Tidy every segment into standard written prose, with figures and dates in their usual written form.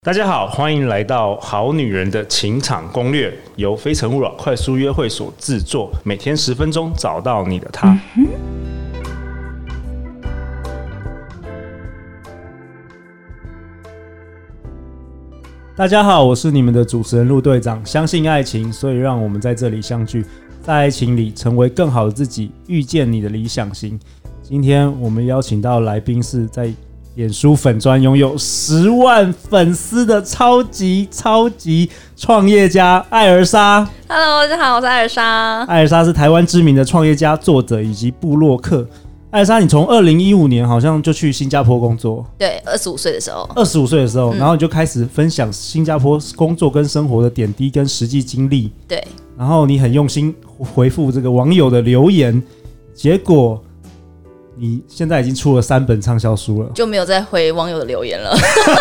大家好，欢迎来到好女人的情场攻略，由非诚勿扰快速约会所制作，每天10分钟，找到你的他。大家好，我是你们的主持人陆队长。相信爱情，所以让我们在这里相聚，在爱情里成为更好的自己，遇见你的理想型。今天我们邀请到来宾是在脸书粉专拥有10万粉丝的超级创业家艾尔莎。 Hello， 大家好，我是艾尔莎。 艾尔莎是台湾知名的创业家、作者以及部落客。艾尔莎，你从2015年好像就去新加坡工作， 对，25岁的时候 ，25岁的时候，然后你就开始分享新加坡工作跟生活的点滴跟实际经历。 对， 然后你很用心回复这个网友的留言，结果你现在已经出了3本畅销书了， 就没有再回网友的留言了。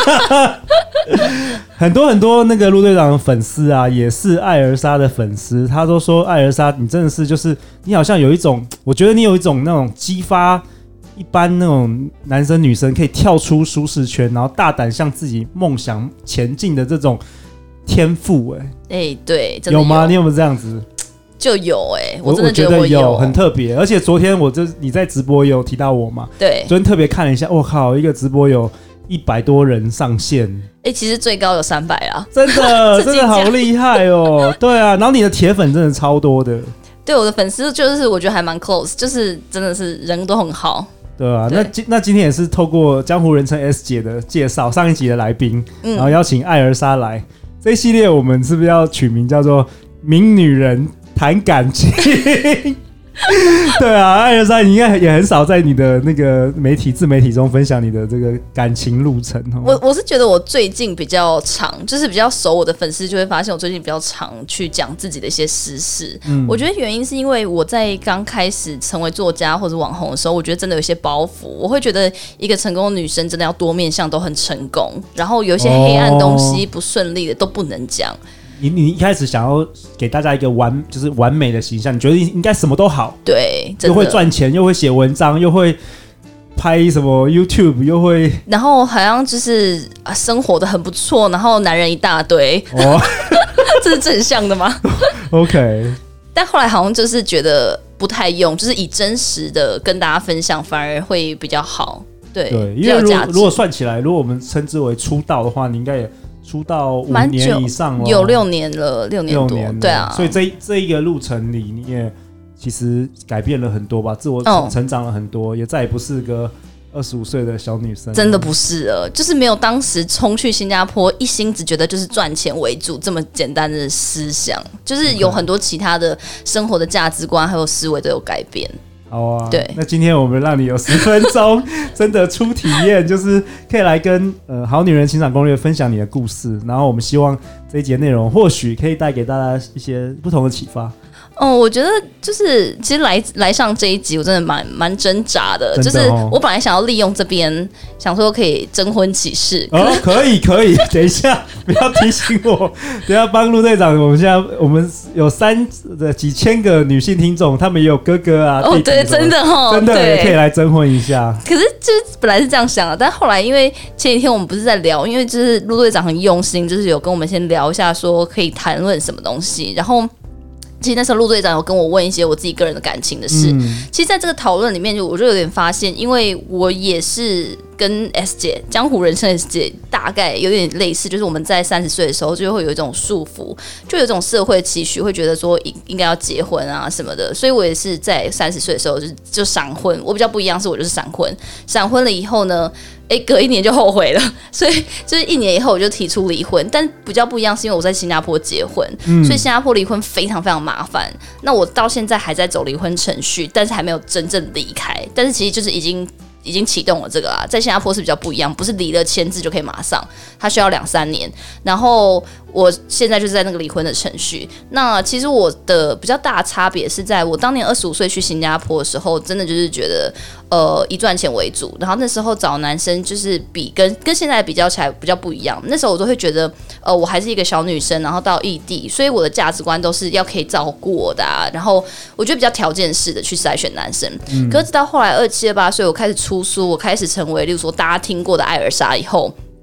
很多那个陆队长的粉丝啊，也是艾尔莎的粉丝，他都说艾尔莎，你真的是就是你好像有一种，我觉得你有一种那种激发一般那种男生女生可以跳出舒适圈，然后大胆向自己梦想前进的这种天赋。 对，真的有吗？你有没有这样子？ 就有我真的觉得我有很特别，而且昨天你在直播也有提到我嘛？ 对， 昨天特别看了一下，我靠，一个直播有100多人上线， 其实最高有300啊， 真的真的好厉害哦！对啊，然后你的铁粉真的超多的， 对，我的粉丝就是我觉得还蛮 close， 就是真的是人都很好。 对啊，那今天也是透过江湖人称 S 姐的介绍，上一集的来宾，然后邀请艾尔莎来，这一系列我们是不是要取名叫做“名女人谈感情”？对啊，艾尔莎，你应该也很少在你的那个自媒体中分享你的这个感情路程。 我是觉得我最近比较常，就是比较熟我的粉丝就会发现我最近比较常去讲自己的一些私事。我觉得原因是因为我在刚开始成为作家或者網红的时候，我觉得真的有一些包袱。我会觉得一个成功的女生真的要多面向都很成功，然后有一些黑暗东西不顺利的都不能讲。 你一开始想要给大家一个就是完美的形象，你觉得应该什么都好， 对， 又会赚钱，又会写文章，又会拍什么 YouTube， 又会， 然后好像就是生活的很不错，然后男人一大堆，这是正向的吗 ？OK， 但后来好像就是觉得不太用，就是以真实的跟大家分享反而会比较好。对， 因为如果算起来，如果我们称之为出道的话，你应该也出道5年以上了， 有6年了，6年多，对啊。 所以这一个路程里，你也其实改变了很多吧，自我成长了很多，也再也不是个25岁的小女生， 真的不是了，就是没有当时冲去新加坡一心只觉得就是赚钱为主这么简单的思想，就是有很多其他的生活的价值观还有思维都有改变。 好啊， 对， 那今天我们让你有10分钟真的初体验，就是可以来跟好女人情场攻略分享你的故事，然后我们希望这一节内容或许可以带给大家一些不同的启发。 我觉得就是其实来上这一集我真的蛮挣扎的，就是我本来想要利用这边想说可以征婚启事。 可以，等一下不要提醒我，等一下帮陆队长。我们有几千个女性听众，他们也有哥哥啊，弟弟， 对，真的也可以来征婚一下。 可是就是本来是这样想的，但后来因为前几天我们不是在聊，因为就是陆队长很用心，就是有跟我们先聊一下说可以谈论什么东西，然后其实那时候陆队长有跟我问一些我自己个人的感情的事。其实在这个讨论里面我就有点发现，因为我也是跟 S 姐江湖人称 S 姐大概有点类似，就是我们在30岁的时候就会有一种束缚，就有一种社会期许，会觉得说应该要结婚啊什么的，所以我也是在30岁的时候就闪婚。我比较不一样，是我就是闪婚了以后呢，隔1年就后悔了，所以就是1年以后我就提出离婚。但比较不一样是因为我在新加坡结婚，所以新加坡离婚非常非常麻烦。那我到现在还在走离婚程序，但是还没有真正离开，但是其实就是已经启动了这个啦，在新加坡是比较不一样，不是离了签字就可以马上，它需要2-3年。然后我现在就是在那个离婚的程序。那其实我的比较大的差别是在我当年25岁去新加坡的时候，真的就是觉得以赚钱为主，然后那时候找男生就是跟现在比较起来比较不一样。那时候我都会觉得我还是一个小女生，然后到异地，所以我的价值观都是要可以照顾我的啊，然后我觉得比较条件式的去筛选男生。可是直到后来27、28岁，我开始出书，我开始成为例如说大家听过的艾尔莎以后，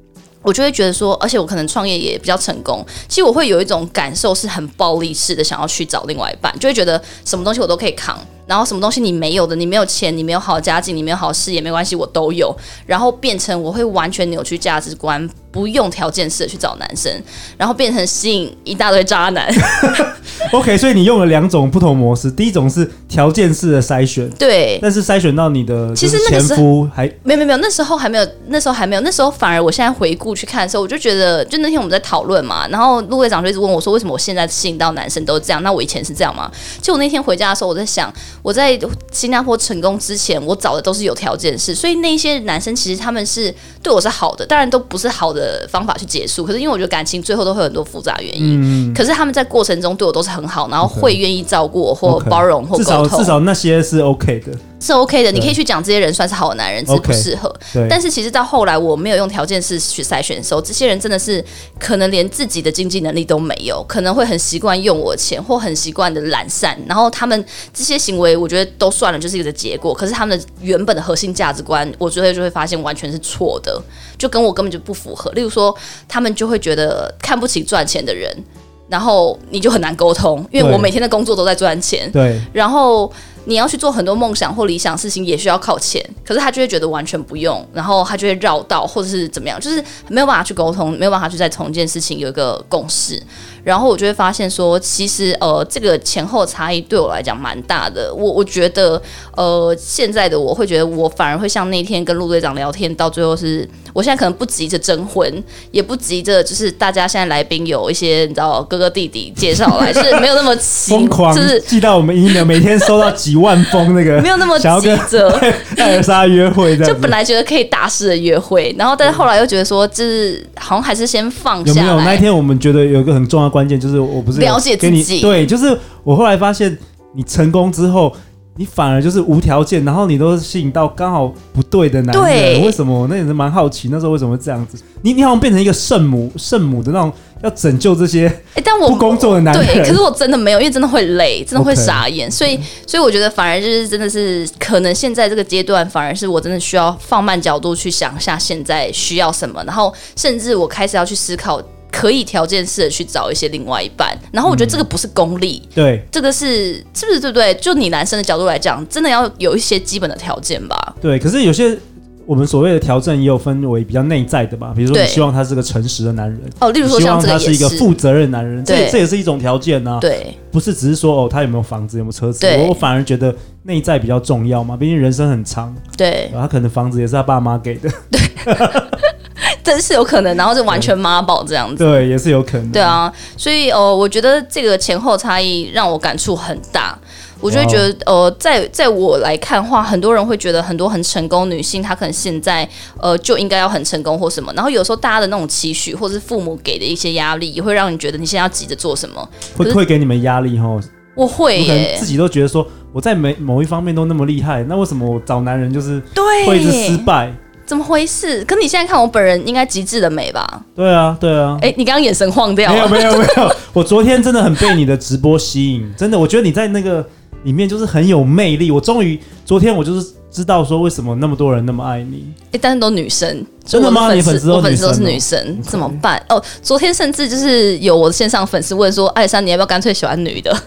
我就会觉得说，而且我可能创业也比较成功，其实我会有一种感受是很暴力式的，想要去找另外一半，就会觉得什么东西我都可以扛，然后什么东西你没有的，你没有钱，你没有好的家境，你没有好的事业，没关系，我都有，然后变成我会完全扭曲价值观，不用条件式的去找男生，然后变成吸引一大堆渣男。 OK， 所以你用了2种不同模式，第一种是条件式的筛选， 对， 但是筛选到你的其实前夫还没有，那时候还没有，那时候反而我现在回顾去看的时候，我就觉得，就那天我们在讨论嘛，然后陆队长就一直问我说，为什么我现在吸引到男生都这样？那我以前是这样吗？就我那天回家的时候，我在想，我在新加坡成功之前，我找的都是有条件式，所以那些男生其实他们是对我是好的，当然都不是好的方法去结束，可是因为我觉得感情最后都会有很多复杂原因，可是他们在过程中对我都是很好，然后会愿意照顾我或包容或沟通， 至少那些是 OK 的。 是 OK 的，你可以去讲这些人算是好的男人，只是不适合。但是其实到后来我没有用条件式去筛选的时候，这些人真的是可能连自己的经济能力都没有，可能会很习惯用我的钱，或很习惯的懒散，然后他们这些行为，我觉得都算了，就是一个结果。可是他们的原本的核心价值观，我觉得就会发现完全是错的，就跟我根本就不符合。例如说，他们就会觉得看不起赚钱的人，然后你就很难沟通，因为我每天的工作都在赚钱， 对， 然后你要去做很多梦想或理想事情，也需要靠钱，可是他就会觉得完全不用，然后他就会绕道或者是怎么样，就是没有办法去沟通，没有办法去在同一件事情有一个共识。然后我就会发现说，其实这个前后差异对我来讲蛮大的。我觉得现在的我会觉得，我反而会像那天跟陆队长聊天，到最后是我现在可能不急着征婚，也不急着就是大家现在来宾有一些你知道哥哥弟弟介绍来，就是没有那么急， 疯狂就是寄到我们 email， 每天收到几万封那个， 没有那么急着艾尔莎约会， 就本来觉得可以大肆的约会，然后但是后来又觉得说，就是好像还是先放下来。 有没有那一天我们觉得有一个很重要的关键，就是我不是了解自己， 对，就是我后来发现，你成功之后，你反而就是无条件，然后你都吸引到刚好不对的男人。为什么？那也是蛮好奇，那时候为什么会这样子？你好像变成一个圣母的那种，要拯救这些不工作的男人。 对，可是我真的没有，因为真的会累，真的会傻眼。所以我觉得反而就是真的是，可能现在这个阶段，反而是我真的需要放慢角度去想一下现在需要什么，然后甚至我开始要去思考。可以条件式的去找一些另外一半，然后我觉得这个不是功利， 对， 这个是不是对不对？就你男生的角度来讲，真的要有一些基本的条件吧。 对，可是有些我们所谓的条件也有分为比较内在的吧，比如说你希望他是个诚实的男人， 例如说像这个也是， 希望他是一个负责任的男人，这也是一种条件啊。 对， 不是只是说他有没有房子有没有车子，我反而觉得内在比较重要嘛，毕竟人生很长。 对， 他可能房子也是他爸妈给的。对。 真是有可能，然后就完全妈宝这样子， 对，也是有可能。 对啊，所以我觉得这个前后差异让我感触很大。我就会觉得，在我来看的话，很多人会觉得很多很成功女性，她可能现在就应该要很成功或什么。然后有时候大家的那种期许，或者是父母给的一些压力，也会让你觉得你现在要急着做什么， 会给你们压力哈。 我会耶， 可能自己都觉得说我在某一方面都那么厉害，那为什么我找男人就是会一直失败？ 怎么回事？可你现在看我本人应该极致的美吧？ 对啊，对啊。 你刚刚眼神晃掉了。 没有。我昨天真的很被你的直播吸引，真的，我觉得你在那个里面就是很有魅力。我终于昨天我就是知道说为什么那么多人那么爱你。 但是都女生， 真的吗？你粉丝都是女生，怎么办？昨天甚至就是有我的线上粉丝问说，艾丽莎你要不要干脆喜欢女的？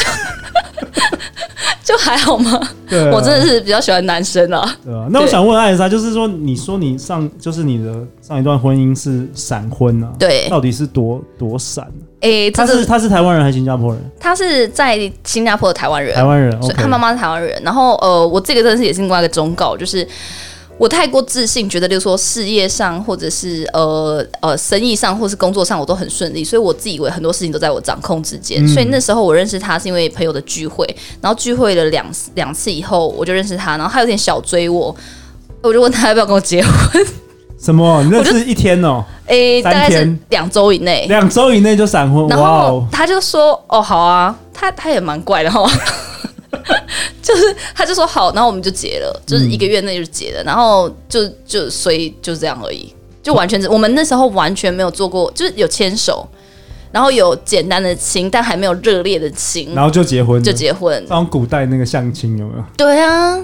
就还好吗？ 对、啊， 我真的是比较喜欢男生啊。 对啊，那我想问艾丽莎，就是说，你说你你的上一段婚姻是闪婚啊？ 对， 到底是多闪？他他是台湾人还是新加坡人？ 他是在新加坡的台湾人， 所以他妈妈是台湾人。然后我这个真的是也是另外一个忠告，就是我太过自信，觉得就是说事业上或者是生意上或是工作上我都很顺利，所以我自以为很多事情都在我掌控之间。所以那时候我认识他是因为朋友的聚会，然后聚会了两次以后我就认识他，然后他有点小追我，我就问他要不要跟我结婚。 什么？你认识一天哦？ 大概是2周以内 ，2周以内就闪婚， 然后他就说：“哦，好啊。”他也蛮怪的哈，就是他就说好，然后我们就结了，就是1个月内就结了，然后所以就这样而已，就完全我们那时候完全没有做过，就是有牵手，然后有简单的亲，但还没有热烈的亲， 然后就结婚， 像古代那个相亲有没有？ 对啊。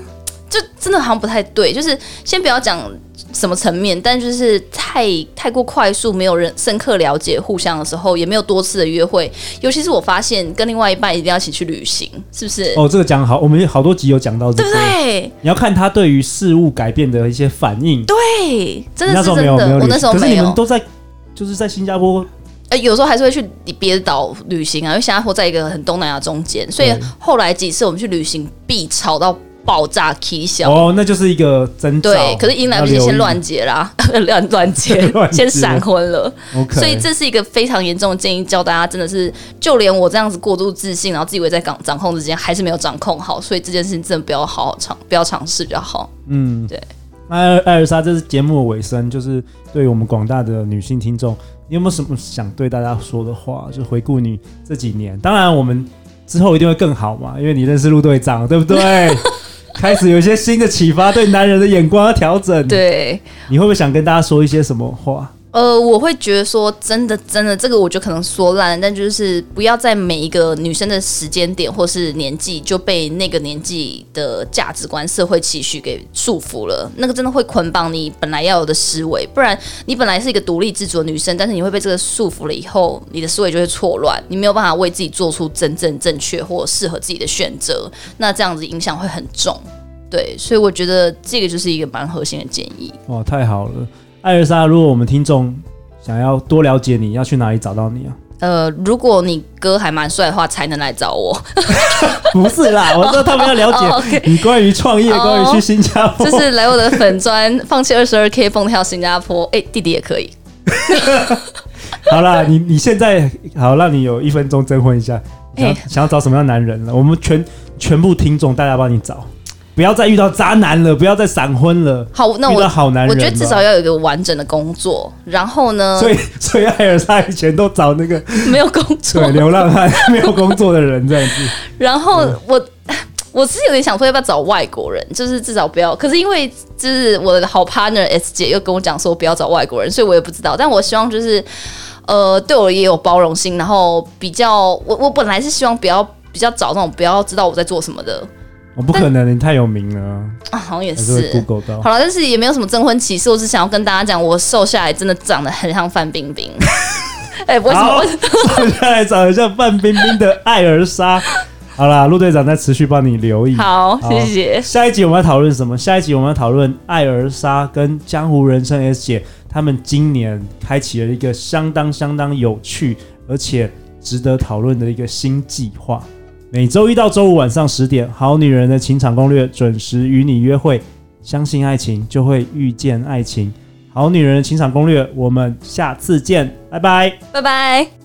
就真的好像不太对。就是先不要讲什么层面，但就是太过快速，没有人深刻了解互相的时候，也没有多次的约会。尤其是我发现跟另外一半一定要一起去旅行，是不是？ 哦，这个讲好，我们好多集有讲到这个， 对不对？ 你要看他对于事物改变的一些反应。 对，真的是真的。 没有我那时候没有。 可是你们都在，就是在新加坡。 有时候还是会去别的岛旅行啊，因为新加坡在一个很东南亚中间，所以后来几次我们去旅行必吵到爆炸起笑。 哦，那就是一个征兆。 对，可是因来不及先乱结啦，乱结，先闪婚了。 Okay. 所以这是一个非常严重的建议，教大家真的是，就连我这样子过度自信，然后自以为在掌控之间，还是没有掌控好。所以这件事情真的不要不要尝试比较好。嗯，对。 艾尔莎，这是节目的尾声，就是对于我们广大的女性听众，你有没有什么想对大家说的话？就回顾你这几年，当然我们之后一定会更好嘛，因为你认识陆队长，对不对？开始有一些新的启发，对男人的眼光要调整。 对， 你会不会想跟大家说一些什么话？ 我会觉得说，真的，这个我就可能说烂了，但就是不要在每一个女生的时间点或是年纪就被那个年纪的价值观、社会期许给束缚了。那个真的会捆绑你本来要有的思维，不然你本来是一个独立自主的女生，但是你会被这个束缚了以后，你的思维就会错乱，你没有办法为自己做出真正正确或适合自己的选择，那这样子影响会很重。对，所以我觉得这个就是一个蛮核心的建议。 哇，太好了！艾尔莎，如果我们听众想要多了解你，要去哪里找到你啊？ 如果你哥还蛮帅的话，才能来找我。 不是啦，我知道他们要了解你关于创业，关于去新加坡， 就是来我的粉专，放弃22K 蹦跳新加坡。弟弟也可以。 好啦，你现在好，让你有1分钟征婚一下，想要找什么样的男人了？我们全部听众，大家帮你找。不要再遇到渣男了，不要再闪婚了。 好，那遇到好男人， 我觉得至少要有一个完整的工作。然后呢？ 所以艾尔莎以前都找那个没有工作、 对流浪汉没有工作的人这样子。 然后我是有点想说，要不要找外国人？就是至少不要。可是因为就是我的好 partner S 姐又跟我讲说不要找外国人，所以我也不知道。但我希望就是对我也有包容心，然后比较我本来是希望比较找那种不要知道我在做什么的。 我不可能，你太有名了啊！ 好像也是。 Google 到。 好了，但是也没有什么征婚启示，我只想要跟大家讲，我瘦下来真的长得很像范冰冰。为什么？ 瘦下来长得像范冰冰的艾尔莎。好啦，陆队长在持续帮你留意。 好，谢谢。 下一集我们要讨论什么？下一集我们要讨论艾尔莎跟江湖人称 S 姐他们今年开启了一个相当有趣而且值得讨论的一个新计划。每周一到周五晚上10点，好女人的情场攻略准时与你约会。相信爱情，就会遇见爱情。好女人的情场攻略，我们下次见，拜拜， 拜拜。